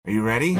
Are you ready?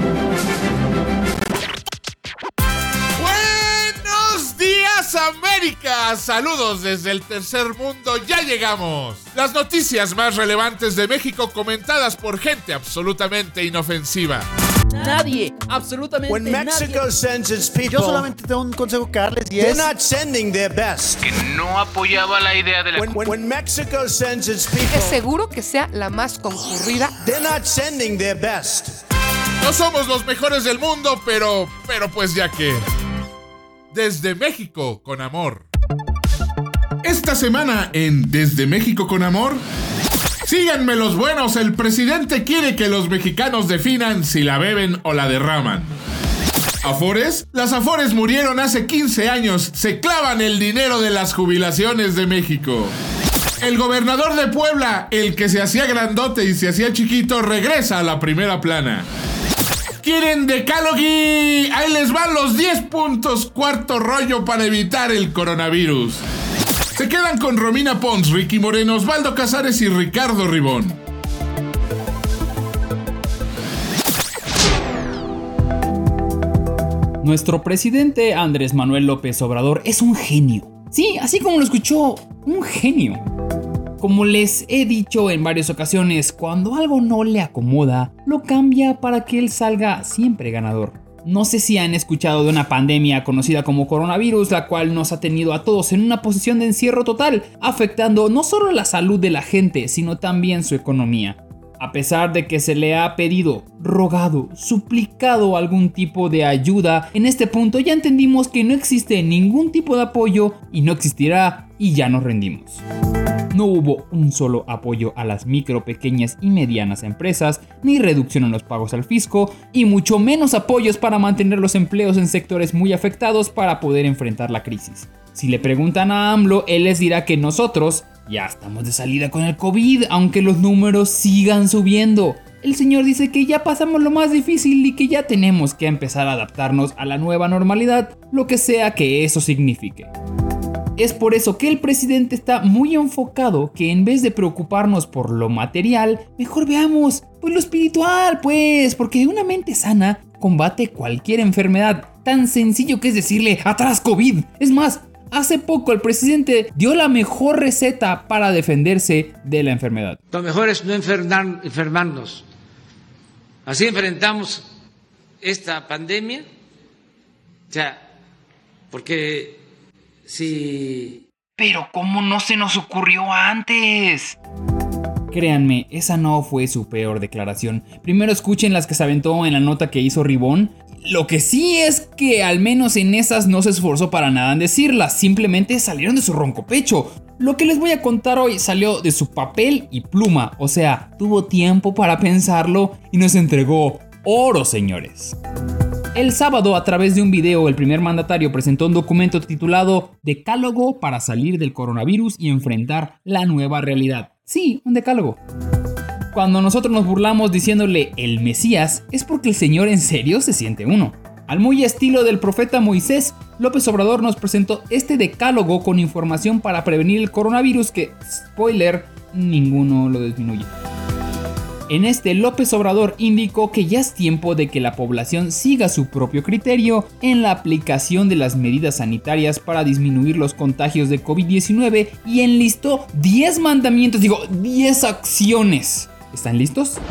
¡Buenos días, América! Saludos desde el tercer mundo, ya llegamos. Las noticias más relevantes de México comentadas por gente absolutamente inofensiva. Nadie, absolutamente When Mexico nadie. sends its people, Yo solamente tengo un consejo que darles y they're es... not sending their best. que no apoyaba la idea de la... When Mexico sends its people, Es seguro que sea la más concurrida. they're not sending their best. No somos los mejores del mundo, pero pues ya que... Desde México con amor. Esta semana en Desde México con amor... Síganme los buenos, el presidente quiere que los mexicanos definan si la beben o la derraman. ¿Afores? Las Afores murieron hace 15 años, se clavan el dinero de las jubilaciones de México. El gobernador de Puebla, el que se hacía grandote y se hacía chiquito, regresa a la primera plana. ¿Quieren decalogui? Ahí les van los 10 puntos, cuarto rollo para evitar el coronavirus. Se quedan con Romina Pons, Ricky Moreno, Osvaldo Casares y Ricardo Ribón. Nuestro presidente Andrés Manuel López Obrador es un genio. Sí, así como lo escuchó, un genio. Como les he dicho en varias ocasiones, cuando algo no le acomoda, lo cambia para que él salga siempre ganador. No sé si han escuchado de una pandemia conocida como coronavirus, la cual nos ha tenido a todos en una posición de encierro total, afectando no solo la salud de la gente, sino también su economía. A pesar de que se le ha pedido, rogado, suplicado algún tipo de ayuda, en este punto ya entendimos que no existe ningún tipo de apoyo y no existirá y ya nos rendimos. No hubo un solo apoyo a las micro, pequeñas y medianas empresas, ni reducción en los pagos al fisco, y mucho menos apoyos para mantener los empleos en sectores muy afectados para poder enfrentar la crisis. Si le preguntan a AMLO, él les dirá que nosotros ya estamos de salida con el COVID, aunque los números sigan subiendo. El señor dice que ya pasamos lo más difícil y que ya tenemos que empezar a adaptarnos a la nueva normalidad, lo que sea que eso signifique. Es por eso que el presidente está muy enfocado que en vez de preocuparnos por lo material, mejor veamos pues lo espiritual, pues, porque una mente sana combate cualquier enfermedad. Tan sencillo que es decirle atrás COVID. Es más, hace poco el presidente dio la mejor receta para defenderse de la enfermedad. Lo mejor es no enfermarnos. Así enfrentamos esta pandemia. O sea, porque sí. Pero ¿cómo no se nos ocurrió antes? Créanme, esa no fue su peor declaración. Primero escuchen las que se aventó en la nota que hizo Ribón. Lo que sí es que al menos en esas no se esforzó para nada en decirlas, simplemente salieron de su ronco pecho. Lo que les voy a contar hoy salió de su papel y pluma, o sea, tuvo tiempo para pensarlo y nos entregó oro, señores. El sábado, a través de un video, el primer mandatario presentó un documento titulado Decálogo para salir del coronavirus y enfrentar la nueva realidad. Sí, un decálogo. Cuando nosotros nos burlamos diciéndole el Mesías, es porque el señor en serio se siente uno. Al muy estilo del profeta Moisés, López Obrador nos presentó este decálogo con información para prevenir el coronavirus que, spoiler, ninguno lo disminuye. En este, López Obrador indicó que ya es tiempo de que la población siga su propio criterio en la aplicación de las medidas sanitarias para disminuir los contagios de COVID-19 y enlistó 10 mandamientos, 10 acciones. ¿Están listos?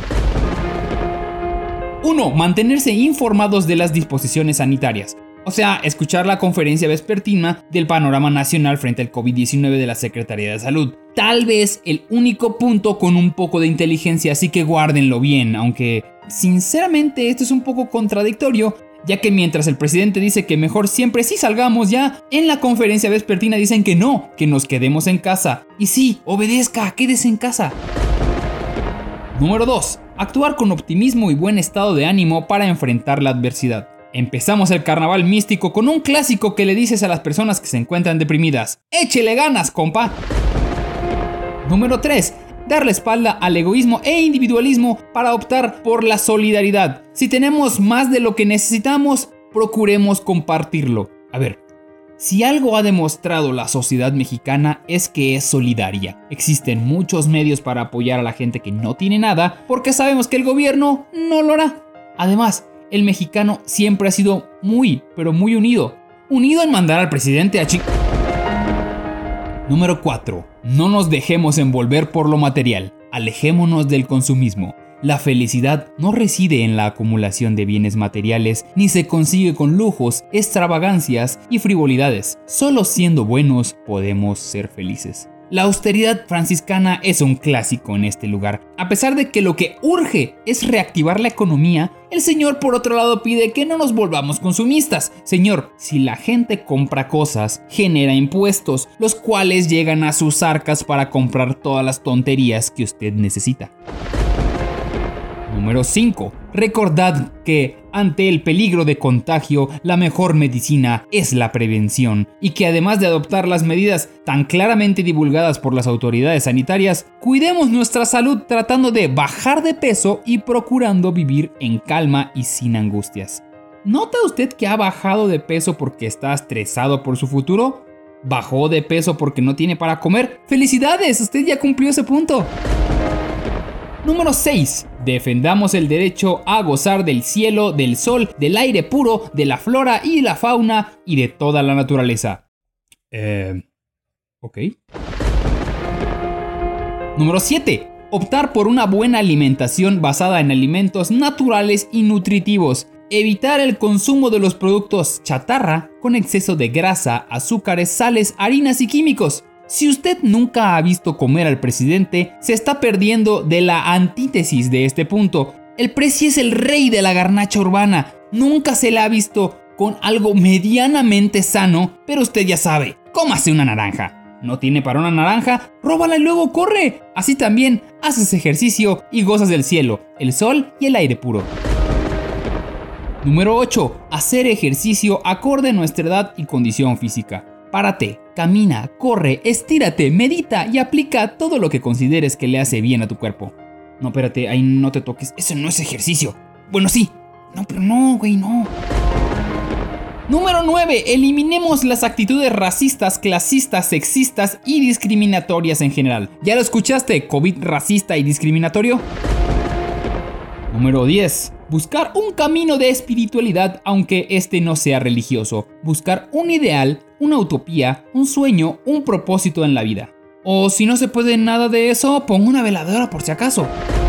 1. Mantenerse informados de las disposiciones sanitarias. O sea, escuchar la conferencia vespertina del panorama nacional frente al COVID-19 de la Secretaría de Salud. Tal vez el único punto con un poco de inteligencia, así que guárdenlo bien, aunque sinceramente esto es un poco contradictorio, ya que mientras el presidente dice que mejor siempre sí salgamos ya, en la conferencia vespertina dicen que no, que nos quedemos en casa. Y sí, obedezca, quédese en casa. Número 2. Actuar con optimismo y buen estado de ánimo para enfrentar la adversidad. Empezamos el carnaval místico con un clásico que le dices a las personas que se encuentran deprimidas: ¡échele ganas, compa! Número 3. Dar la espalda al egoísmo e individualismo para optar por la solidaridad. Si tenemos más de lo que necesitamos, procuremos compartirlo. A ver, Si algo ha demostrado la sociedad mexicana es que es solidaria. Existen muchos medios para apoyar a la gente que no tiene nada porque sabemos que el gobierno no lo hará. Además, el mexicano siempre ha sido muy, pero muy unido. Unido en mandar al presidente a Número 4. No nos dejemos envolver por lo material. Alejémonos del consumismo. La felicidad no reside en la acumulación de bienes materiales ni se consigue con lujos, extravagancias y frivolidades. Solo siendo buenos podemos ser felices. La austeridad franciscana es un clásico en este lugar. A pesar de que lo que urge es reactivar la economía, el Señor por otro lado pide que no nos volvamos consumistas. Señor, si la gente compra cosas, genera impuestos, los cuales llegan a sus arcas para comprar todas las tonterías que usted necesita. Número 5. Recordad que ante el peligro de contagio, la mejor medicina es la prevención y que además de adoptar las medidas tan claramente divulgadas por las autoridades sanitarias, cuidemos nuestra salud tratando de bajar de peso y procurando vivir en calma y sin angustias. ¿Nota usted que ha bajado de peso porque está estresado por su futuro? ¿Bajó de peso porque no tiene para comer? ¡Felicidades! Usted ya cumplió ese punto. Número 6. Defendamos el derecho a gozar del cielo, del sol, del aire puro, de la flora y la fauna y de toda la naturaleza. Ok. Número 7. Optar por una buena alimentación basada en alimentos naturales y nutritivos. Evitar el consumo de los productos chatarra con exceso de grasa, azúcares, sales, harinas y químicos. Si usted nunca ha visto comer al presidente, se está perdiendo de la antítesis de este punto. El presi es el rey de la garnacha urbana. Nunca se le ha visto con algo medianamente sano, pero usted ya sabe, cómase una naranja. ¿No tiene para una naranja? ¡Róbala y luego corre! Así también haces ejercicio y gozas del cielo, el sol y el aire puro. Número 8. Hacer ejercicio acorde a nuestra edad y condición física. Párate, camina, corre, estírate, medita y aplica todo lo que consideres que le hace bien a tu cuerpo. No, espérate, ahí no te toques, eso no es ejercicio. Bueno, sí. No, pero no, güey, no. Número 9. Eliminemos las actitudes racistas, clasistas, sexistas y discriminatorias en general. ¿Ya lo escuchaste? ¿COVID racista y discriminatorio? Número 10. Buscar un camino de espiritualidad aunque este no sea religioso. Buscar un ideal, una utopía, un sueño, un propósito en la vida. O si no se puede nada de eso, ponga una veladora por si acaso.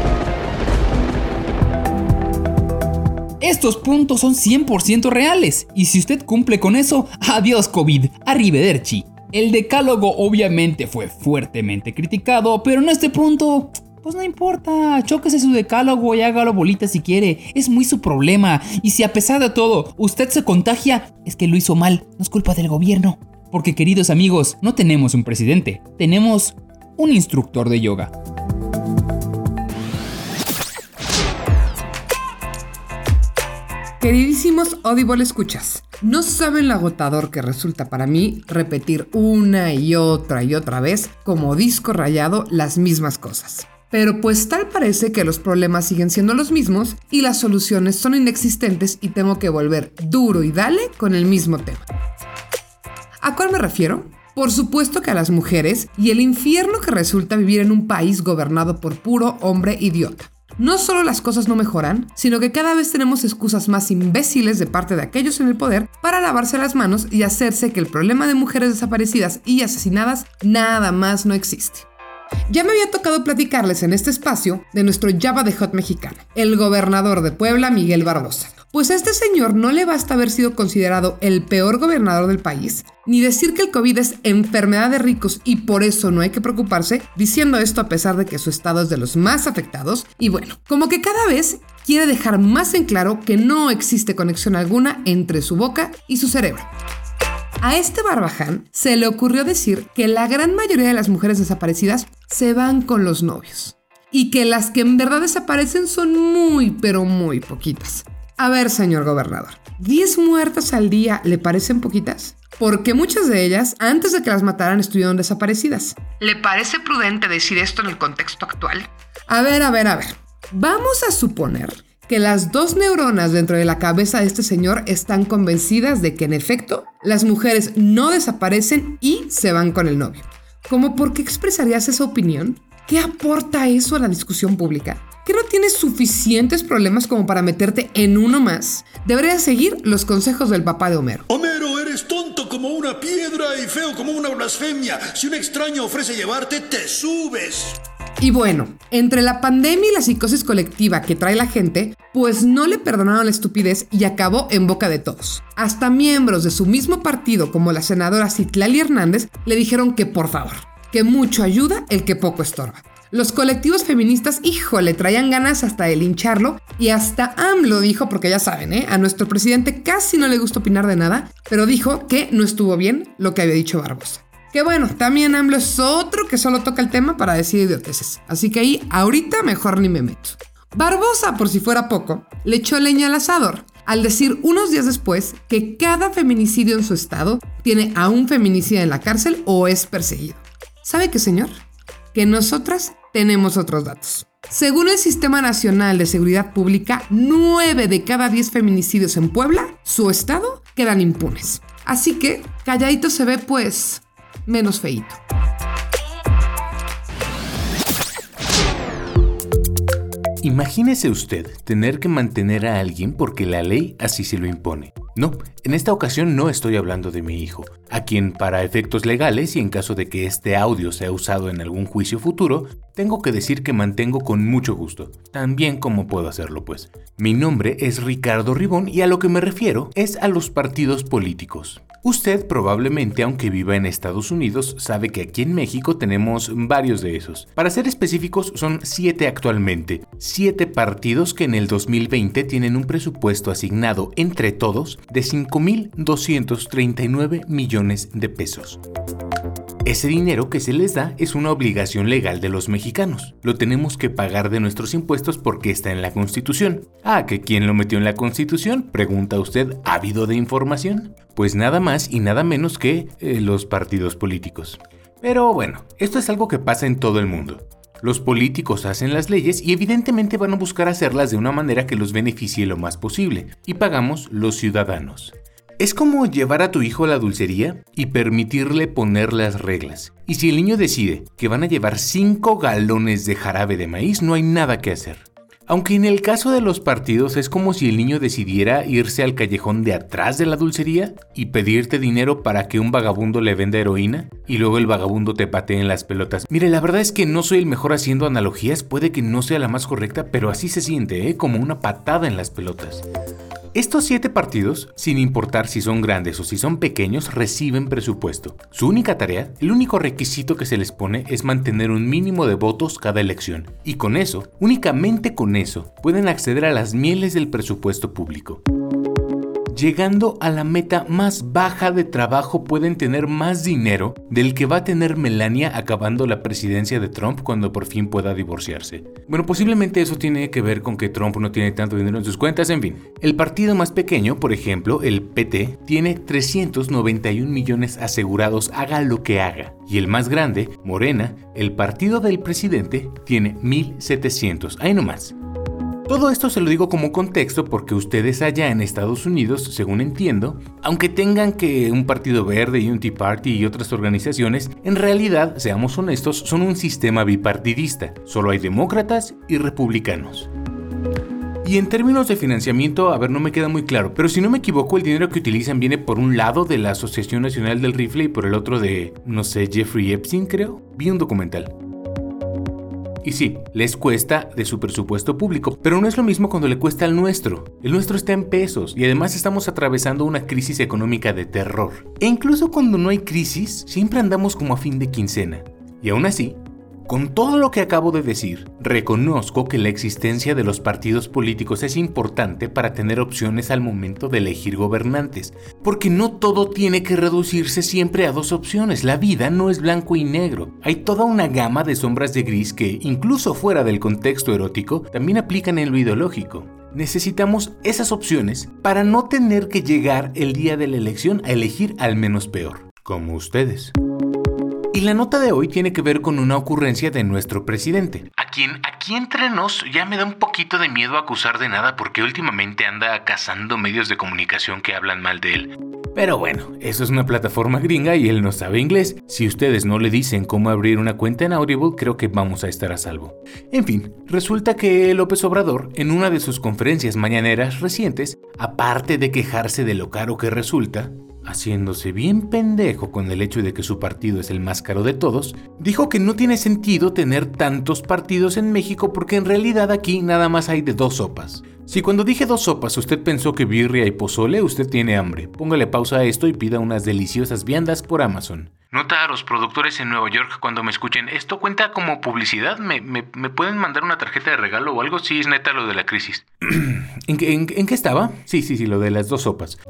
Estos puntos son 100% reales y si usted cumple con eso, adiós COVID, arrivederci. El decálogo obviamente fue fuertemente criticado, pero en este punto... pues no importa, chóquese su decálogo y hágalo bolita si quiere, es muy su problema. Y si a pesar de todo usted se contagia, es que lo hizo mal, no es culpa del gobierno. Porque queridos amigos, no tenemos un presidente, tenemos un instructor de yoga. Queridísimos Audible escuchas, no saben lo agotador que resulta para mí repetir una y otra vez como disco rayado las mismas cosas. Pero pues tal parece que los problemas siguen siendo los mismos y las soluciones son inexistentes y tengo que volver duro y dale con el mismo tema. ¿A cuál me refiero? Por supuesto que a las mujeres y el infierno que resulta vivir en un país gobernado por puro hombre idiota. No solo las cosas no mejoran, sino que cada vez tenemos excusas más imbéciles de parte de aquellos en el poder para lavarse las manos y hacerse que el problema de mujeres desaparecidas y asesinadas nada más no existe. Ya me había tocado platicarles en este espacio de nuestro Java de Hot mexicano, el gobernador de Puebla, Miguel Barbosa. Pues a este señor no le basta haber sido considerado el peor gobernador del país, ni decir que el COVID es enfermedad de ricos y por eso no hay que preocuparse, diciendo esto a pesar de que su estado es de los más afectados, y bueno, como que cada vez quiere dejar más en claro que no existe conexión alguna entre su boca y su cerebro. A este barbaján se le ocurrió decir que la gran mayoría de las mujeres desaparecidas se van con los novios y que las que en verdad desaparecen son muy, pero muy poquitas. A ver, señor gobernador, ¿10 muertas al día le parecen poquitas? Porque muchas de ellas, antes de que las mataran, estuvieron desaparecidas. ¿Le parece prudente decir esto en el contexto actual? A ver. Vamos a suponer que las 2 neuronas dentro de la cabeza de este señor están convencidas de que en efecto las mujeres no desaparecen y se van con el novio. ¿Cómo por qué expresarías esa opinión? ¿Qué aporta eso a la discusión pública? ¿Que no tienes suficientes problemas como para meterte en uno más? Deberías seguir los consejos del papá de Homero. Homero, eres tonto como una piedra y feo como una blasfemia. Si un extraño ofrece llevarte, te subes. Y bueno, entre la pandemia y la psicosis colectiva que trae la gente, pues no le perdonaron la estupidez y acabó en boca de todos. Hasta miembros de su mismo partido, como la senadora Citlali Hernández, le dijeron que por favor, que mucho ayuda el que poco estorba. Los colectivos feministas, híjole, traían ganas hasta de lincharlo y hasta AMLO dijo, porque ya saben, a nuestro presidente casi no le gusta opinar de nada, pero dijo que no estuvo bien lo que había dicho Barbosa. Que bueno, también AMLO es otro que solo toca el tema para decir idioteces. Así que ahí, ahorita mejor ni me meto. Barbosa, por si fuera poco, le echó leña al asador al decir unos días después que cada feminicidio en su estado tiene a un feminicida en la cárcel o es perseguido. ¿Sabe qué, señor? Que nosotras tenemos otros datos. Según el Sistema Nacional de Seguridad Pública, 9 de cada 10 feminicidios en Puebla, su estado, quedan impunes. Así que calladito se ve, pues, menos feíto. Imagínese usted tener que mantener a alguien porque la ley así se lo impone. No, en esta ocasión no estoy hablando de mi hijo, a quien para efectos legales y en caso de que este audio sea usado en algún juicio futuro, tengo que decir que mantengo con mucho gusto, tan bien como puedo hacerlo pues. Mi nombre es Ricardo Ribón y a lo que me refiero es a los partidos políticos. Usted probablemente, aunque viva en Estados Unidos, sabe que aquí en México tenemos varios de esos. Para ser específicos, son 7 actualmente. 7 partidos que en el 2020 tienen un presupuesto asignado entre todos de 5,239 millones de pesos. Ese dinero que se les da es una obligación legal de los mexicanos. Lo tenemos que pagar de nuestros impuestos porque está en la Constitución. ¿Que quién lo metió en la Constitución? Pregunta usted, ¿ávido de información? Pues nada más y nada menos que los partidos políticos. Pero bueno, esto es algo que pasa en todo el mundo. Los políticos hacen las leyes y evidentemente van a buscar hacerlas de una manera que los beneficie lo más posible, y pagamos los ciudadanos. Es como llevar a tu hijo a la dulcería y permitirle poner las reglas. Y si el niño decide que van a llevar 5 galones de jarabe de maíz, no hay nada que hacer. Aunque en el caso de los partidos es como si el niño decidiera irse al callejón de atrás de la dulcería y pedirte dinero para que un vagabundo le venda heroína y luego el vagabundo te patee en las pelotas. Mire, la verdad es que no soy el mejor haciendo analogías, puede que no sea la más correcta, pero así se siente, como una patada en las pelotas. Estos 7 partidos, sin importar si son grandes o si son pequeños, reciben presupuesto. Su única tarea, el único requisito que se les pone es mantener un mínimo de votos cada elección. Y con eso, únicamente con eso, pueden acceder a las mieles del presupuesto público. Llegando a la meta más baja de trabajo pueden tener más dinero del que va a tener Melania acabando la presidencia de Trump cuando por fin pueda divorciarse. Bueno, posiblemente eso tiene que ver con que Trump no tiene tanto dinero en sus cuentas, en fin. El partido más pequeño, por ejemplo, el PT, tiene 391 millones asegurados haga lo que haga. Y el más grande, Morena, el partido del presidente, tiene 1,700. Ahí nomás. Todo esto se lo digo como contexto porque ustedes allá en Estados Unidos, según entiendo, aunque tengan que un partido verde y un Tea Party y otras organizaciones, en realidad, seamos honestos, son un sistema bipartidista. Solo hay demócratas y republicanos. Y en términos de financiamiento, no me queda muy claro, pero si no me equivoco, el dinero que utilizan viene por un lado de la Asociación Nacional del Rifle y por el otro de, Jeffrey Epstein, creo. Vi un documental. Y sí, les cuesta de su presupuesto público, pero no es lo mismo cuando le cuesta al nuestro. El nuestro está en pesos y además estamos atravesando una crisis económica de terror. E incluso cuando no hay crisis, siempre andamos como a fin de quincena. Y aún así, con todo lo que acabo de decir, reconozco que la existencia de los partidos políticos es importante para tener opciones al momento de elegir gobernantes, porque no todo tiene que reducirse siempre a 2 opciones. La vida no es blanco y negro. Hay toda una gama de sombras de gris que, incluso fuera del contexto erótico, también aplican en lo ideológico. Necesitamos esas opciones para no tener que llegar el día de la elección a elegir al menos peor, como ustedes. Y la nota de hoy tiene que ver con una ocurrencia de nuestro presidente, a quien aquí entre nos ya me da un poquito de miedo acusar de nada porque últimamente anda cazando medios de comunicación que hablan mal de él. Pero bueno, eso es una plataforma gringa y él no sabe inglés. Si ustedes no le dicen cómo abrir una cuenta en Audible, creo que vamos a estar a salvo. En fin, resulta que López Obrador, en una de sus conferencias mañaneras recientes, aparte de quejarse de lo caro que resulta, haciéndose bien pendejo con el hecho de que su partido es el más caro de todos, dijo que no tiene sentido tener tantos partidos en México porque en realidad aquí nada más hay de 2 sopas. Si cuando dije 2 sopas usted pensó que birria y pozole, usted tiene hambre. Póngale pausa a esto y pida unas deliciosas viandas por Amazon. Nota a los productores en Nueva York cuando me escuchen, ¿esto cuenta como publicidad? ¿Me pueden mandar una tarjeta de regalo o algo? Sí, es neta lo de la crisis. ¿En qué estaba? Sí, lo de las 2 sopas.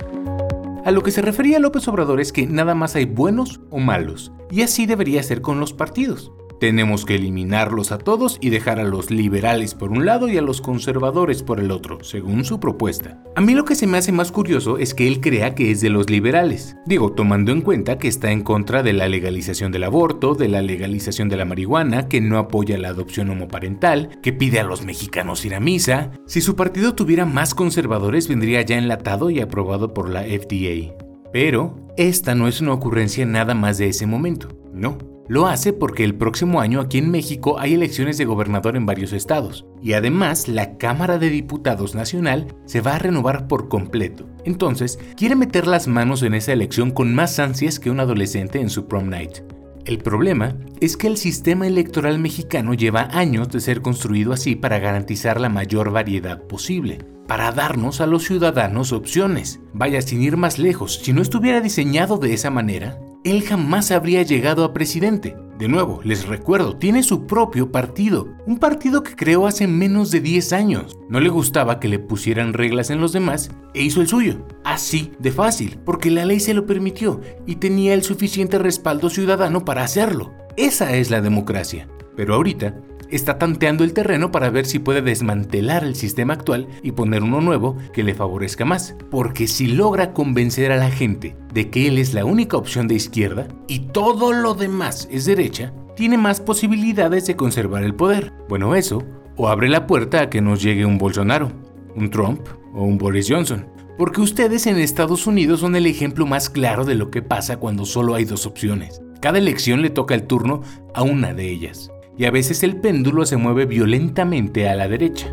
A lo que se refería López Obrador es que nada más hay buenos o malos, y así debería ser con los partidos. Tenemos que eliminarlos a todos y dejar a los liberales por un lado y a los conservadores por el otro, según su propuesta. A mí lo que se me hace más curioso es que él crea que es de los liberales. Digo, tomando en cuenta que está en contra de la legalización del aborto, de la legalización de la marihuana, que no apoya la adopción homoparental, que pide a los mexicanos ir a misa. Si su partido tuviera más conservadores, vendría ya enlatado y aprobado por la FDA. Pero esta no es una ocurrencia nada más de ese momento, no. Lo hace porque el próximo año aquí en México hay elecciones de gobernador en varios estados. Y además la Cámara de Diputados Nacional se va a renovar por completo. Entonces, quiere meter las manos en esa elección con más ansias que un adolescente en su prom night. El problema es que el sistema electoral mexicano lleva años de ser construido así para garantizar la mayor variedad posible, para darnos a los ciudadanos opciones. Vaya, sin ir más lejos, si no estuviera diseñado de esa manera, él jamás habría llegado a presidente. De nuevo, les recuerdo, tiene su propio partido, un partido que creó hace menos de 10 años. No le gustaba que le pusieran reglas en los demás e hizo el suyo. Así de fácil, porque la ley se lo permitió y tenía el suficiente respaldo ciudadano para hacerlo. Esa es la democracia. Pero ahorita está tanteando el terreno para ver si puede desmantelar el sistema actual y poner uno nuevo que le favorezca más. Porque si logra convencer a la gente de que él es la única opción de izquierda y todo lo demás es derecha, tiene más posibilidades de conservar el poder. Bueno, eso, o abre la puerta a que nos llegue un Bolsonaro, un Trump o un Boris Johnson. Porque ustedes en Estados Unidos son el ejemplo más claro de lo que pasa cuando solo hay 2 opciones. Cada elección le toca el turno a una de ellas. Y a veces el péndulo se mueve violentamente a la derecha.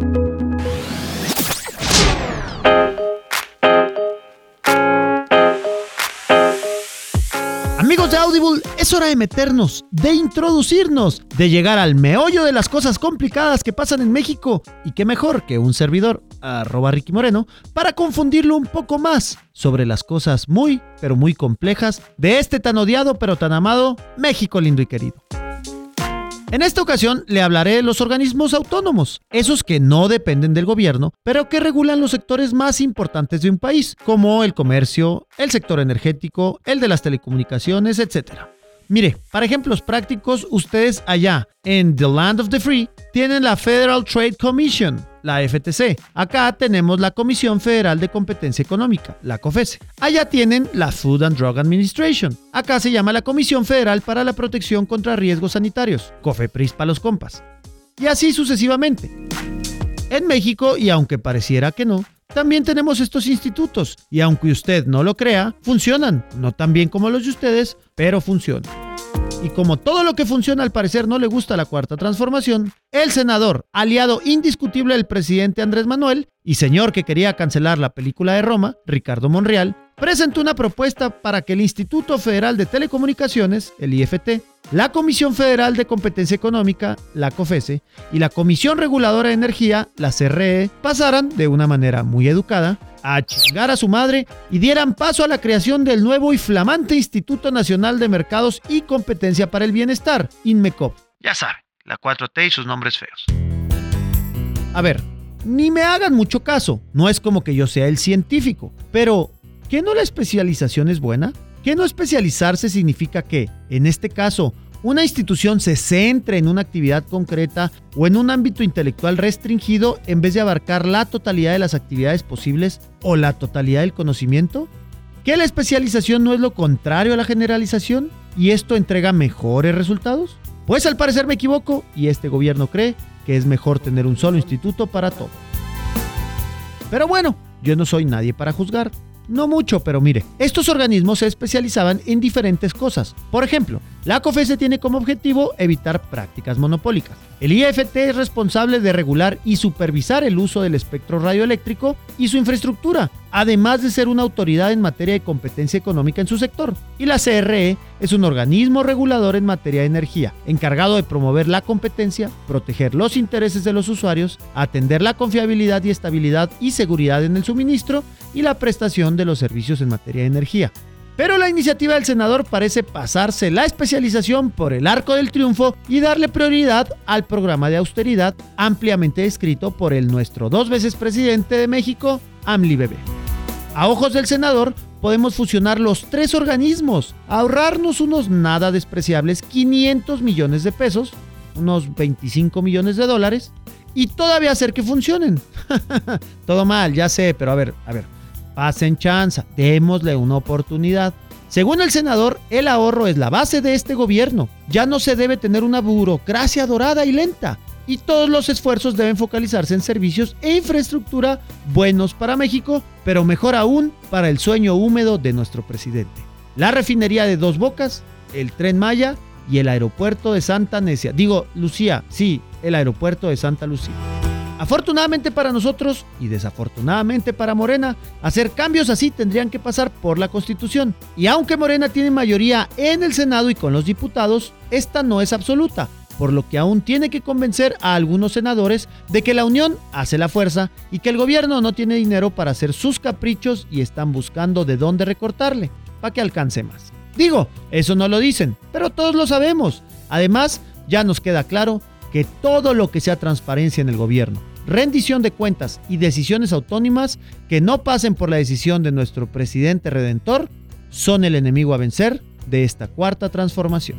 Amigos de Audible, es hora de meternos, de introducirnos, de llegar al meollo de las cosas complicadas que pasan en México. Y qué mejor que un servidor, @Ricky Moreno, para confundirlo un poco más sobre las cosas muy, pero muy complejas de este tan odiado pero tan amado México lindo y querido. En esta ocasión le hablaré de los organismos autónomos, esos que no dependen del gobierno, pero que regulan los sectores más importantes de un país, como el comercio, el sector energético, el de las telecomunicaciones, etc. Mire, para ejemplos prácticos, ustedes allá en The Land of the Free tienen la Federal Trade Commission, la FTC. Acá tenemos la Comisión Federal de Competencia Económica, la COFESE. Allá tienen la Food and Drug Administration. Acá se llama la Comisión Federal para la Protección contra Riesgos Sanitarios, COFEPRIS para los compas. Y así sucesivamente. En México, y aunque pareciera que no, también tenemos estos institutos, y aunque usted no lo crea, funcionan. No tan bien como los de ustedes, pero funcionan. Y como todo lo que funciona al parecer no le gusta a la Cuarta Transformación, el senador, aliado indiscutible del presidente Andrés Manuel, y señor que quería cancelar la película de Roma, Ricardo Monreal, presentó una propuesta para que el Instituto Federal de Telecomunicaciones, el IFT, la Comisión Federal de Competencia Económica, la COFESE, y la Comisión Reguladora de Energía, la CRE, pasaran, de una manera muy educada, a chingar a su madre y dieran paso a la creación del nuevo y flamante Instituto Nacional de Mercados y Competencia para el Bienestar, INMECOP. Ya saben, la 4T y sus nombres feos. A ver, ni me hagan mucho caso, no es como que yo sea el científico, pero ¿qué no la especialización es buena? ¿Qué no especializarse significa que, en este caso, una institución se centre en una actividad concreta o en un ámbito intelectual restringido en vez de abarcar la totalidad de las actividades posibles o la totalidad del conocimiento? ¿Que la especialización no es lo contrario a la generalización? y esto entrega mejores resultados? Pues al parecer me equivoco y este gobierno cree que es mejor tener un solo instituto para todo. Pero bueno, yo no soy nadie para juzgar. No mucho, pero mire, estos organismos se especializaban en diferentes cosas. Por ejemplo, la COFESE tiene como objetivo evitar prácticas monopólicas. El IFT es responsable de regular y supervisar el uso del espectro radioeléctrico y su infraestructura, además de ser una autoridad en materia de competencia económica en su sector. Y la CRE es un organismo regulador en materia de energía, encargado de promover la competencia, proteger los intereses de los usuarios, atender la confiabilidad y estabilidad y seguridad en el suministro y la prestación de los servicios en materia de energía. Pero la iniciativa del senador parece pasarse la especialización por el arco del triunfo y darle prioridad al programa de austeridad ampliamente descrito por el nuestro 2 veces presidente de México, AMLY bebé. A ojos del senador, podemos fusionar los 3 organismos, ahorrarnos unos nada despreciables 500 millones de pesos, unos 25 millones de dólares, y todavía hacer que funcionen. Todo mal, ya sé, pero a ver. Pasen chanza, démosle una oportunidad. Según el senador, el ahorro es la base de este gobierno. Ya no se debe tener una burocracia dorada y lenta. Y todos los esfuerzos deben focalizarse en servicios e infraestructura buenos para México, pero mejor aún para el sueño húmedo de nuestro presidente. La refinería de Dos Bocas, el Tren Maya y el aeropuerto de Santa Lucía. Sí, el aeropuerto de Santa Lucía. Afortunadamente para nosotros y desafortunadamente para Morena, hacer cambios así tendrían que pasar por la Constitución. Y aunque Morena tiene mayoría en el Senado y con los diputados, esta no es absoluta, por lo que aún tiene que convencer a algunos senadores de que la unión hace la fuerza y que el gobierno no tiene dinero para hacer sus caprichos y están buscando de dónde recortarle, para que alcance más. Eso no lo dicen, pero todos lo sabemos. Además, ya nos queda claro que todo lo que sea transparencia en el gobierno, rendición de cuentas y decisiones autónomas que no pasen por la decisión de nuestro presidente redentor son el enemigo a vencer de esta cuarta transformación.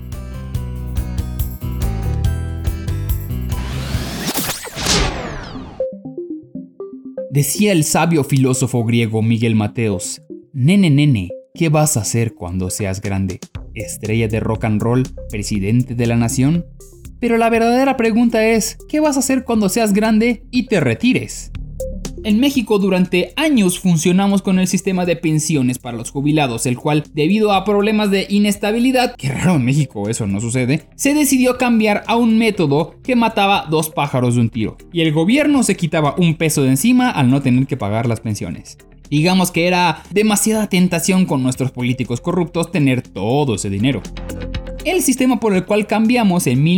Decía el sabio filósofo griego Miguel Mateos: nene, ¿qué vas a hacer cuando seas grande? ¿Estrella de rock and roll? ¿Presidente de la nación? Pero la verdadera pregunta es, ¿qué vas a hacer cuando seas grande y te retires? En México durante años funcionamos con el sistema de pensiones para los jubilados, el cual, debido a problemas de inestabilidad, que raro en México eso no sucede, se decidió cambiar a un método que mataba 2 pájaros de un tiro, y el gobierno se quitaba un peso de encima al no tener que pagar las pensiones. Digamos que era demasiada tentación con nuestros políticos corruptos tener todo ese dinero. El sistema por el cual cambiamos en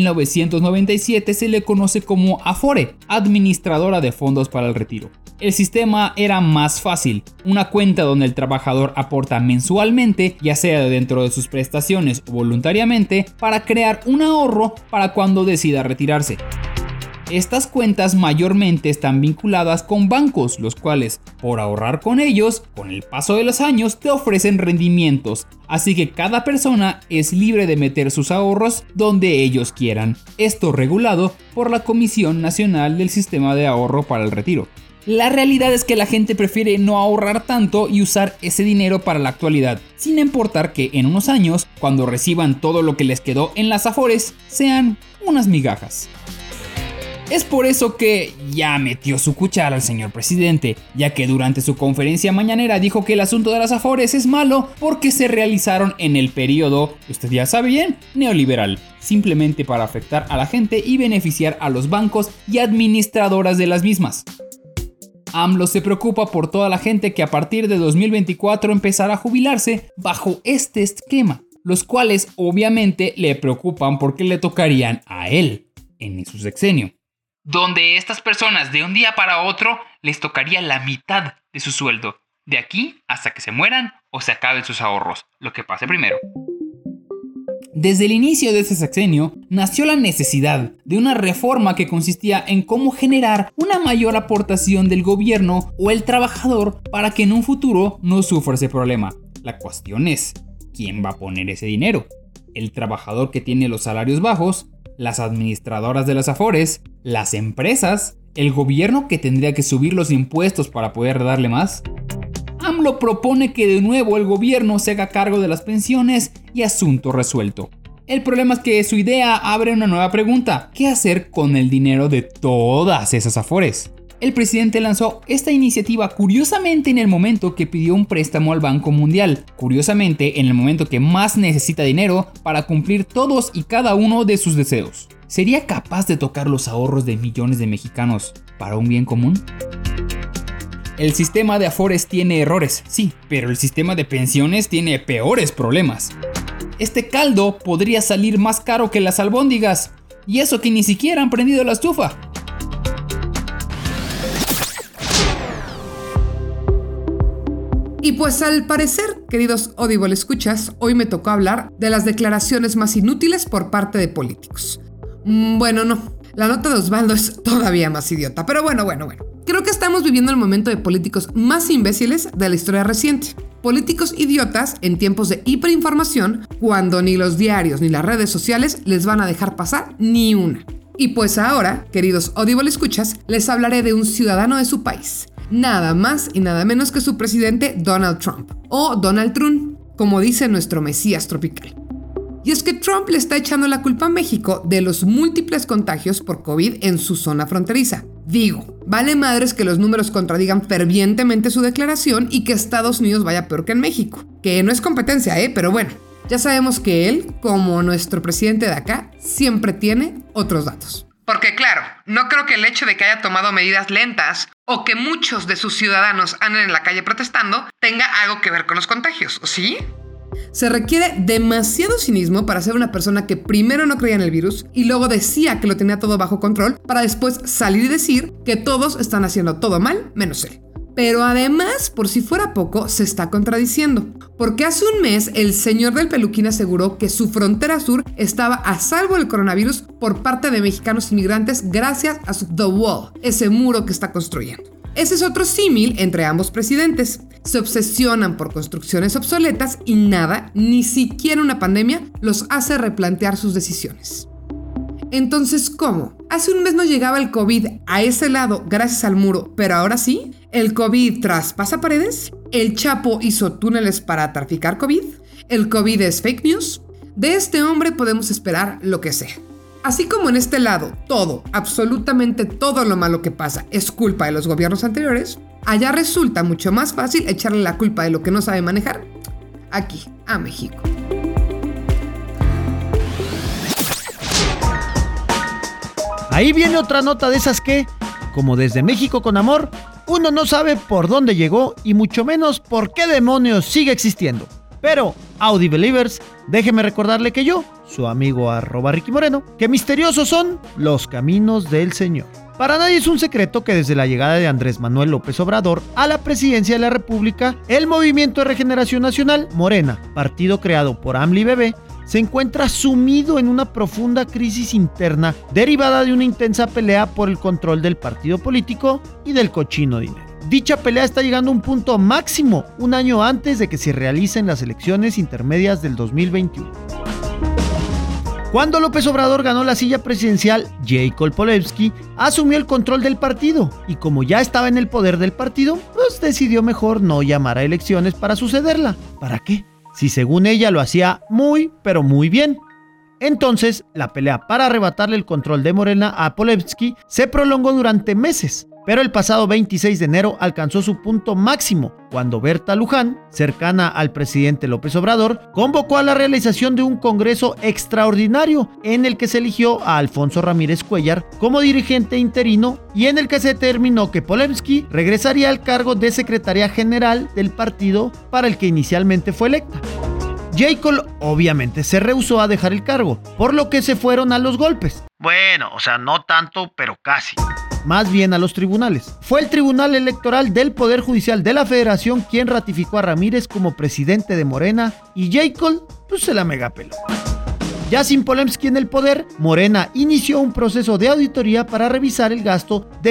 1997 se le conoce como Afore, Administradora de Fondos para el Retiro. El sistema era más fácil, una cuenta donde el trabajador aporta mensualmente, ya sea dentro de sus prestaciones o voluntariamente, para crear un ahorro para cuando decida retirarse. Estas cuentas mayormente están vinculadas con bancos, los cuales, por ahorrar con ellos, con el paso de los años te ofrecen rendimientos, así que cada persona es libre de meter sus ahorros donde ellos quieran. Esto regulado por la Comisión Nacional del Sistema de Ahorro para el Retiro. La realidad es que la gente prefiere no ahorrar tanto y usar ese dinero para la actualidad, sin importar que en unos años, cuando reciban todo lo que les quedó en las Afores, sean unas migajas. Es por eso que ya metió su cuchara el señor presidente, ya que durante su conferencia mañanera dijo que el asunto de las Afores es malo porque se realizaron en el periodo, usted ya sabe bien, neoliberal, simplemente para afectar a la gente y beneficiar a los bancos y administradoras de las mismas. AMLO se preocupa por toda la gente que a partir de 2024 empezará a jubilarse bajo este esquema, los cuales obviamente le preocupan porque le tocarían a él en su sexenio, donde estas personas de un día para otro les tocaría la mitad de su sueldo, de aquí hasta que se mueran o se acaben sus ahorros, lo que pase primero. Desde el inicio de ese sexenio nació la necesidad de una reforma que consistía en cómo generar una mayor aportación del gobierno o el trabajador para que en un futuro no sufra ese problema. La cuestión es, ¿quién va a poner ese dinero? ¿El trabajador que tiene los salarios bajos? ¿Las administradoras de las Afores? ¿Las empresas? ¿El gobierno que tendría que subir los impuestos para poder darle más? AMLO propone que de nuevo el gobierno se haga cargo de las pensiones y asunto resuelto. El problema es que su idea abre una nueva pregunta: ¿qué hacer con el dinero de todas esas afores? El presidente lanzó esta iniciativa curiosamente en el momento que pidió un préstamo al Banco Mundial, curiosamente en el momento que más necesita dinero para cumplir todos y cada uno de sus deseos. ¿Sería capaz de tocar los ahorros de millones de mexicanos para un bien común? El sistema de afores tiene errores, sí, pero el sistema de pensiones tiene peores problemas. Este caldo podría salir más caro que las albóndigas, y eso que ni siquiera han prendido la estufa. Y pues al parecer, queridos Audible escuchas, hoy me tocó hablar de las declaraciones más inútiles por parte de políticos. Bueno, no, la nota de Osvaldo es todavía más idiota, pero bueno. Creo que estamos viviendo el momento de políticos más imbéciles de la historia reciente. Políticos idiotas en tiempos de hiperinformación, cuando ni los diarios ni las redes sociales les van a dejar pasar ni una. Y pues ahora, queridos Audible escuchas, les hablaré de un ciudadano de su país. Nada más y nada menos que su presidente Donald Trump, o Donald Trump, como dice nuestro mesías tropical. Y es que Trump le está echando la culpa a México de los múltiples contagios por COVID en su zona fronteriza. Digo, vale madres que los números contradigan fervientemente su declaración y que Estados Unidos vaya peor que en México. Que no es competencia, pero bueno, ya sabemos que él, como nuestro presidente de acá, siempre tiene otros datos. Porque claro, no creo que el hecho de que haya tomado medidas lentas o que muchos de sus ciudadanos anden en la calle protestando tenga algo que ver con los contagios, ¿o sí? Se requiere demasiado cinismo para ser una persona que primero no creía en el virus y luego decía que lo tenía todo bajo control para después salir y decir que todos están haciendo todo mal menos él. Pero además, por si fuera poco, se está contradiciendo. Porque hace un mes el señor del peluquín aseguró que su frontera sur estaba a salvo del coronavirus por parte de mexicanos inmigrantes gracias a su The Wall, ese muro que está construyendo. Ese es otro símil entre ambos presidentes. Se obsesionan por construcciones obsoletas y nada, ni siquiera una pandemia, los hace replantear sus decisiones. Entonces, ¿cómo? Hace un mes no llegaba el COVID a ese lado gracias al muro, pero ahora sí. ¿El COVID traspasa paredes? ¿El Chapo hizo túneles para traficar COVID? ¿El COVID es fake news? De este hombre podemos esperar lo que sea. Así como en este lado, todo, absolutamente todo lo malo que pasa es culpa de los gobiernos anteriores, allá resulta mucho más fácil echarle la culpa de lo que no sabe manejar aquí, a México. Ahí viene otra nota de esas que, como Desde México con Amor, uno no sabe por dónde llegó y mucho menos por qué demonios sigue existiendo. Pero, Audibelievers, déjeme recordarle que yo, su amigo @RickyMoreno, que misteriosos son los caminos del Señor. Para nadie es un secreto que desde la llegada de Andrés Manuel López Obrador a la presidencia de la República, el Movimiento de Regeneración Nacional, Morena, partido creado por AMLO y Bebé, se encuentra sumido en una profunda crisis interna derivada de una intensa pelea por el control del partido político y del cochino dinero. Dicha pelea está llegando a un punto máximo un año antes de que se realicen las elecciones intermedias del 2021. Cuando López Obrador ganó la silla presidencial, Jacob Polensky asumió el control del partido y como ya estaba en el poder del partido, pues decidió mejor no llamar a elecciones para sucederla. ¿Para qué? Si según ella lo hacía muy, pero muy bien. Entonces, la pelea para arrebatarle el control de Morena a Polensky se prolongó durante meses, pero el pasado 26 de enero alcanzó su punto máximo, cuando Berta Luján, cercana al presidente López Obrador, convocó a la realización de un congreso extraordinario en el que se eligió a Alfonso Ramírez Cuellar como dirigente interino y en el que se determinó que Polensky regresaría al cargo de secretaria general del partido para el que inicialmente fue electa. Jacob obviamente se rehusó a dejar el cargo, por lo que se fueron a los golpes. Bueno, o sea, no tanto, pero casi. Más bien a los tribunales. Fue el Tribunal Electoral del Poder Judicial de la Federación quien ratificó a Ramírez como presidente de Morena y Jacob pues se la megapeló. Ya sin Polensky en el poder, Morena inició un proceso de auditoría para revisar el gasto de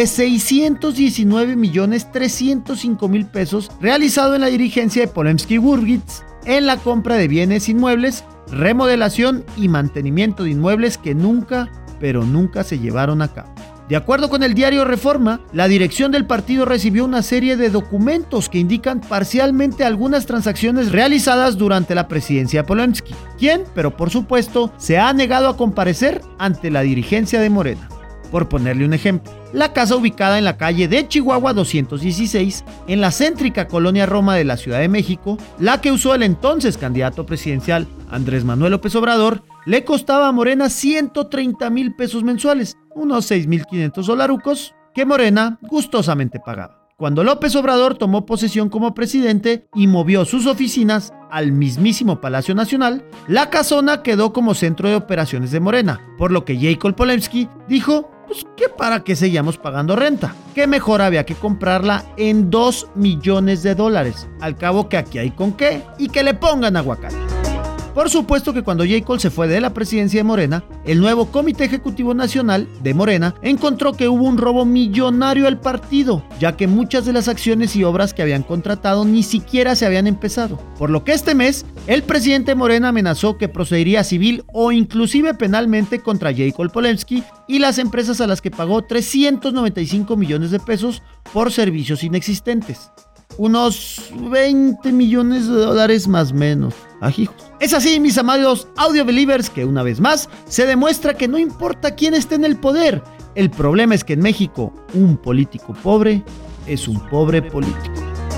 619.305.000 pesos realizado en la dirigencia de Polensky-Gurgitz en la compra de bienes inmuebles, remodelación y mantenimiento de inmuebles que nunca, pero nunca se llevaron a cabo. De acuerdo con el diario Reforma, la dirección del partido recibió una serie de documentos que indican parcialmente algunas transacciones realizadas durante la presidencia de Polemski, quien, pero por supuesto, se ha negado a comparecer ante la dirigencia de Morena. Por ponerle un ejemplo, la casa ubicada en la calle de Chihuahua 216, en la céntrica colonia Roma de la Ciudad de México, la que usó el entonces candidato presidencial Andrés Manuel López Obrador, le costaba a Morena 130,000 pesos mensuales, unos 6,500 dolarucos, que Morena gustosamente pagaba. Cuando López Obrador tomó posesión como presidente y movió sus oficinas al mismísimo Palacio Nacional, la casona quedó como centro de operaciones de Morena, por lo que Jacob Polemski dijo pues que para qué seguíamos pagando renta, que mejor había que comprarla en $2 millones, al cabo que aquí hay con qué, y que le pongan aguacate. Por supuesto que cuando J. Cole se fue de la presidencia de Morena, el nuevo Comité Ejecutivo Nacional de Morena encontró que hubo un robo millonario al partido, ya que muchas de las acciones y obras que habían contratado ni siquiera se habían empezado. Por lo que este mes, el presidente de Morena amenazó que procedería civil o inclusive penalmente contra J. Cole Polemski y las empresas a las que pagó 395 millones de pesos por servicios inexistentes. Unos 20 millones de dólares más o menos. Ajijos. Es así, mis amados audio believers, que una vez más se demuestra que no importa quién esté en el poder. El problema es que en México, un político pobre es un pobre político.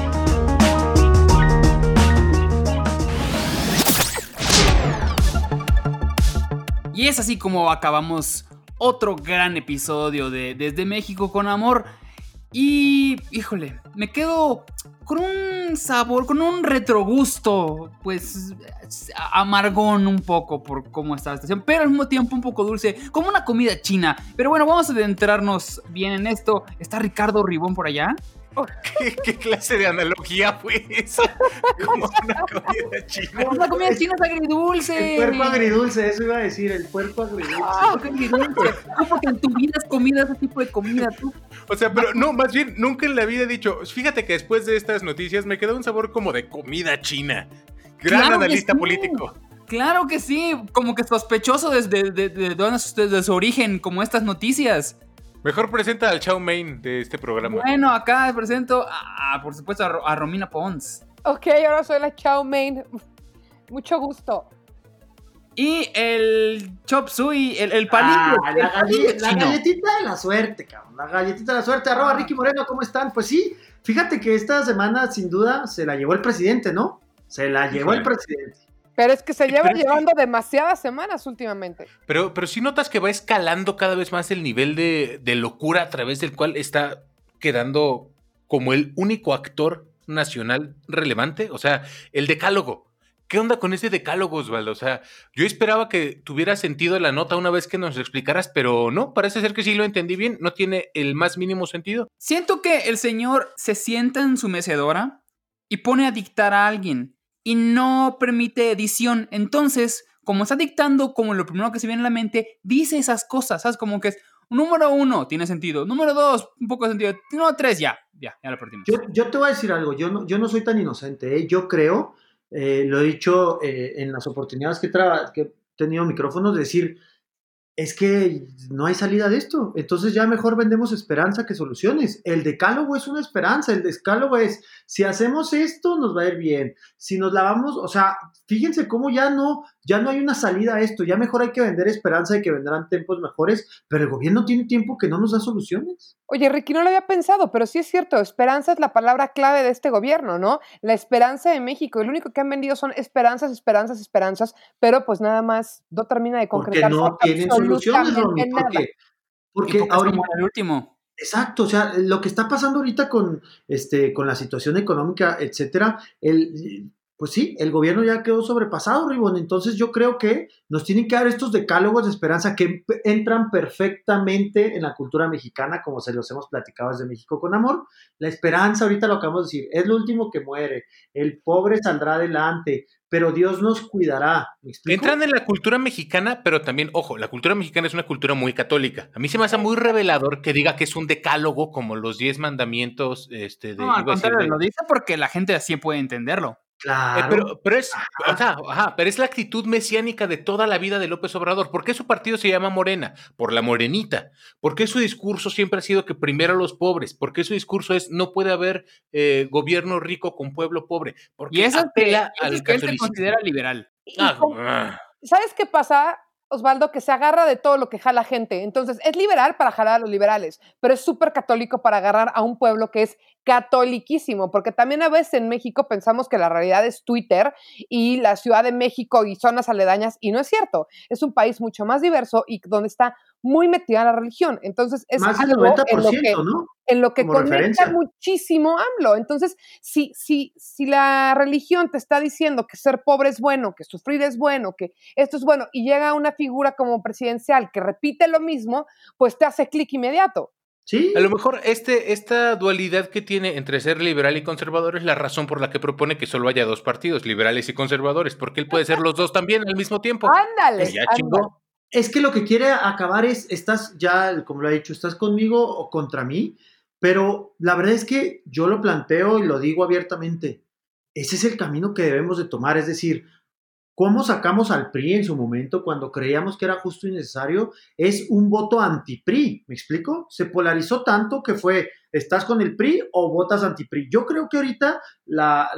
Y es así como acabamos otro gran episodio de Desde México con Amor. Y, híjole, me quedo con un sabor, con un retrogusto, pues, amargón un poco por cómo está la estación, pero al mismo tiempo un poco dulce, como una comida china. Pero bueno, vamos a adentrarnos bien en esto. ¿Está Ricardo Ribón por allá? ¿Qué clase de analogía fue esa? Como una comida china. Como una comida china es agridulce. El puerco agridulce, eso iba a decir, el puerco agridulce. Ah, qué agridulce. No, porque en tu vida has comido ese tipo de comida, tú. O sea, pero no, más bien, nunca en la vida he dicho, fíjate que después de estas noticias me quedó un sabor como de comida china. Gran Claro analista sí. político. Claro que sí, como que sospechoso desde su origen, como estas noticias. Mejor presenta al Chow Mein de este programa. Bueno, acá presento, por supuesto, a Romina Pons. Ok, ahora soy la Chow Mein. Mucho gusto. Y el Chop Suey, el palillo. La galletita de la suerte, cabrón. La galletita de la suerte. @ Ricky Moreno, ¿cómo están? Pues sí, fíjate que esta semana, sin duda, se la llevó el presidente, ¿no? Se la llevó el presidente. Pero es que se lleva llevando demasiadas semanas últimamente. Pero sí notas que va escalando cada vez más el nivel de locura a través del cual está quedando como el único actor nacional relevante. O sea, el decálogo. ¿Qué onda con ese decálogo, Osvaldo? O sea, yo esperaba que tuviera sentido la nota una vez que nos lo explicaras, pero no, parece ser que sí lo entendí bien. No tiene el más mínimo sentido. Siento que el señor se sienta en su mecedora y pone a dictar a alguien. Y no permite edición. Entonces, como está dictando como lo primero que se viene a la mente, dice esas cosas, ¿sabes? Como que es, número 1, tiene sentido. Número 2, un poco de sentido. Número 3, ya lo perdimos. Yo te voy a decir algo, yo no soy tan inocente, ¿eh? Yo creo, lo he dicho en las oportunidades que he tenido micrófonos, de decir, es que no hay salida de esto, entonces ya mejor vendemos esperanza que soluciones. El decálogo es una esperanza, el decálogo es, si hacemos esto nos va a ir bien, si nos lavamos, o sea, fíjense cómo ya no hay una salida a esto, ya mejor hay que vender esperanza y que vendrán tiempos mejores, pero el gobierno tiene tiempo que no nos da soluciones. Oye, Ricky, no lo había pensado, pero sí es cierto, esperanza es la palabra clave de este gobierno, ¿no? La esperanza de México, el único que han vendido son esperanzas, pero pues nada más no termina de concretar. Porque no tienen soluciones, Romy, porque ahorita el último. Exacto, o sea, lo que está pasando ahorita con la situación económica, etcétera, pues sí, el gobierno ya quedó sobrepasado, Ribón. Entonces yo creo que nos tienen que dar estos decálogos de esperanza que entran perfectamente en la cultura mexicana, como se los hemos platicado desde México con Amor. La esperanza, ahorita lo acabamos de decir, es lo último que muere. El pobre saldrá adelante, pero Dios nos cuidará. ¿Me explico? Entran en la cultura mexicana, pero también, ojo, la cultura mexicana es una cultura muy católica. A mí se me hace muy revelador que diga que es un decálogo como los 10 mandamientos. No, al contrario, lo dice porque la gente así puede entenderlo. Claro. Pero es, pero es la actitud mesiánica de toda la vida de López Obrador. ¿Por qué su partido se llama Morena? Por la morenita. ¿Por qué su discurso siempre ha sido que primero los pobres? ¿Por qué su discurso es no puede haber gobierno rico con pueblo pobre? Porque apela al que él se considera liberal. ¿Sabes qué pasa, Osvaldo? Que se agarra de todo lo que jala gente. Entonces, es liberal para jalar a los liberales, pero es súper católico para agarrar a un pueblo que es catoliquísimo, porque también a veces en México pensamos que la realidad es Twitter y la Ciudad de México y zonas aledañas, y no es cierto. Es un país mucho más diverso y donde está muy metida la religión. Entonces, es más del algo 90%, ¿no? En lo que Como conecta referencia. muchísimo AMLO. Entonces, si la religión te está diciendo que ser pobre es bueno, que sufrir es bueno, que esto es bueno, y llega una figura como presidencial que repite lo mismo, pues te hace clic inmediato. Sí. A lo mejor esta dualidad que tiene entre ser liberal y conservador es la razón por la que propone que solo haya dos partidos, liberales y conservadores, porque él puede ser los dos también al mismo tiempo. Ándale. Pues ya chingó. Es que lo que quiere acabar es, estás ya, como lo ha dicho, estás conmigo o contra mí, pero la verdad es que yo lo planteo y lo digo abiertamente. Ese es el camino que debemos de tomar, es decir, ¿cómo sacamos al PRI en su momento cuando creíamos que era justo y necesario? Es un voto anti-PRI, ¿me explico? Se polarizó tanto que fue, ¿estás con el PRI o votas anti-PRI? Yo creo que ahorita la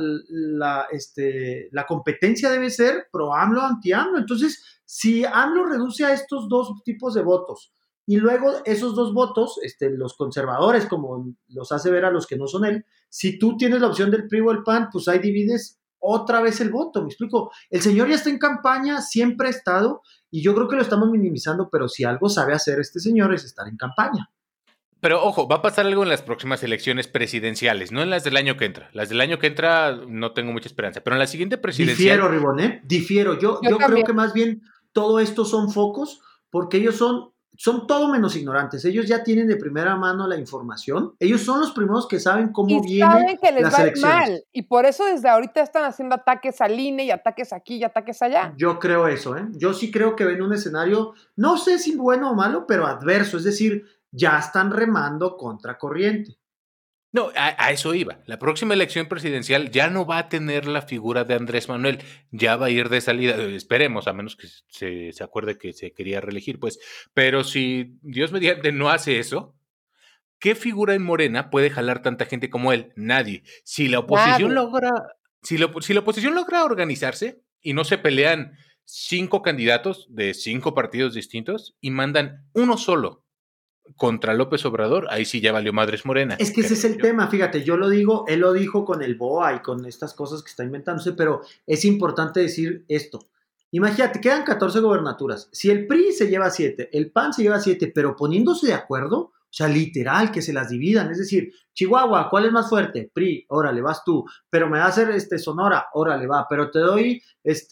competencia debe ser pro-AMLO, anti-AMLO. Entonces, si AMLO reduce a estos dos tipos de votos y luego esos dos votos, los conservadores, como los hace ver a los que no son él, si tú tienes la opción del PRI o el PAN, pues ahí divides otra vez el voto, me explico. El señor ya está en campaña, siempre ha estado, y yo creo que lo estamos minimizando, pero si algo sabe hacer este señor es estar en campaña. Pero ojo, va a pasar algo en las próximas elecciones presidenciales, no en las del año que entra. Las del año que entra no tengo mucha esperanza, pero en la siguiente presidencial... Difiero, Ribón, difiero. Yo creo que más bien todo esto son focos, porque ellos son todo menos ignorantes. Ellos ya tienen de primera mano la información. Ellos son los primeros que saben cómo vienen las elecciones. Mal, y por eso desde ahorita están haciendo ataques al INE y ataques aquí y ataques allá. Yo creo eso, Yo sí creo que ven un escenario, no sé si bueno o malo, pero adverso. Es decir, ya están remando contra corriente. No, a eso iba. La próxima elección presidencial ya no va a tener la figura de Andrés Manuel, ya va a ir de salida, esperemos, a menos que se acuerde que se quería reelegir, pues. Pero si Dios mediante no hace eso, ¿qué figura en Morena puede jalar tanta gente como él? Nadie. Si la oposición si la oposición logra organizarse y no se pelean 5 candidatos de 5 partidos distintos y mandan uno solo contra López Obrador, ahí sí ya valió madres Morena. Es que ese es el tema, fíjate, yo lo digo, él lo dijo con el BOA y con estas cosas que está inventándose, pero es importante decir esto. Imagínate, quedan 14 gobernaturas. Si el PRI se lleva 7, el PAN se lleva 7, pero poniéndose de acuerdo, o sea, literal, que se las dividan. Es decir, Chihuahua, ¿cuál es más fuerte? PRI, órale, vas tú. Pero me va a hacer Sonora, órale, va. Pero te doy,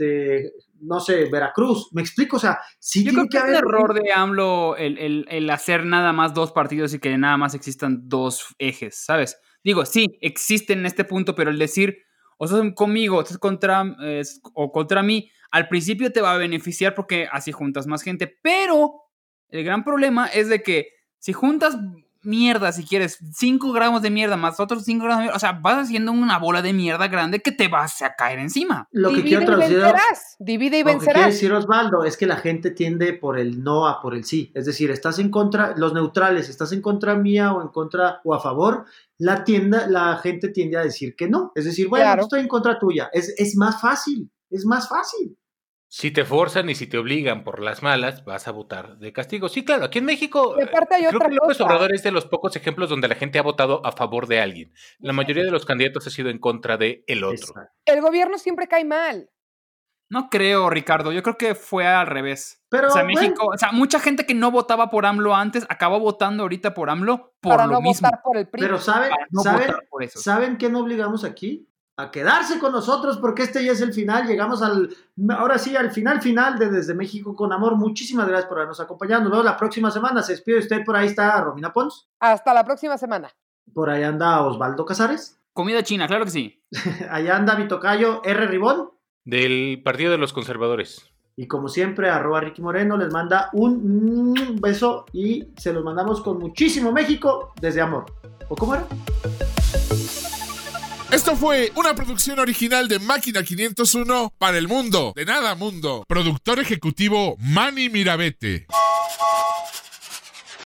no sé, Veracruz. ¿Me explico? O sea, sí yo tiene creo que haber... es un error de AMLO el hacer nada más 2 partidos y que nada más existan 2 ejes, ¿sabes? Digo, sí, existen en este punto, pero el decir, o estás conmigo, o estás contra mí, al principio te va a beneficiar porque así juntas más gente, pero el gran problema es de que si juntas mierda, si quieres, 5 gramos de mierda más otros 5 gramos de mierda, o sea, vas haciendo una bola de mierda grande que te vas a caer encima. Lo que quiero traducir, divide y vencerás. Lo que quiere decir Osvaldo es que la gente tiende por el no a por el sí. Es decir, estás en contra, los neutrales, estás en contra mía o en contra o a favor, la gente tiende a decir que no. Es decir, bueno, claro, estoy en contra tuya. Es más fácil, es más fácil. Si te forzan y si te obligan por las malas, vas a votar de castigo. Sí, claro, aquí en México creo que López Obrador es de los pocos ejemplos donde la gente ha votado a favor de alguien. La mayoría de los candidatos ha sido en contra de el otro. El gobierno siempre cae mal. No creo, Ricardo. Yo creo que fue al revés. Pero, o sea, México, o sea, mucha gente que no votaba por AMLO antes acabó votando ahorita por AMLO por lo mismo. Para no votar por el PRI. Pero ¿saben qué no obligamos aquí? A quedarse con nosotros porque este ya es el final, llegamos ahora sí al final de Desde México con Amor. Muchísimas gracias por habernos acompañado, nos vemos la próxima semana, se despide usted, por ahí está Romina Pons. Hasta la próxima semana. Por ahí anda Osvaldo Casares. Comida china, claro que sí. Allá anda mi tocayo R. Ribón. Del Partido de los Conservadores. Y como siempre, @Ricky Moreno les manda un beso y se los mandamos con muchísimo México desde amor. ¿O cómo era? Esto fue una producción original de Máquina 501 para el mundo. De nada mundo. Productor ejecutivo Manny Mirabete.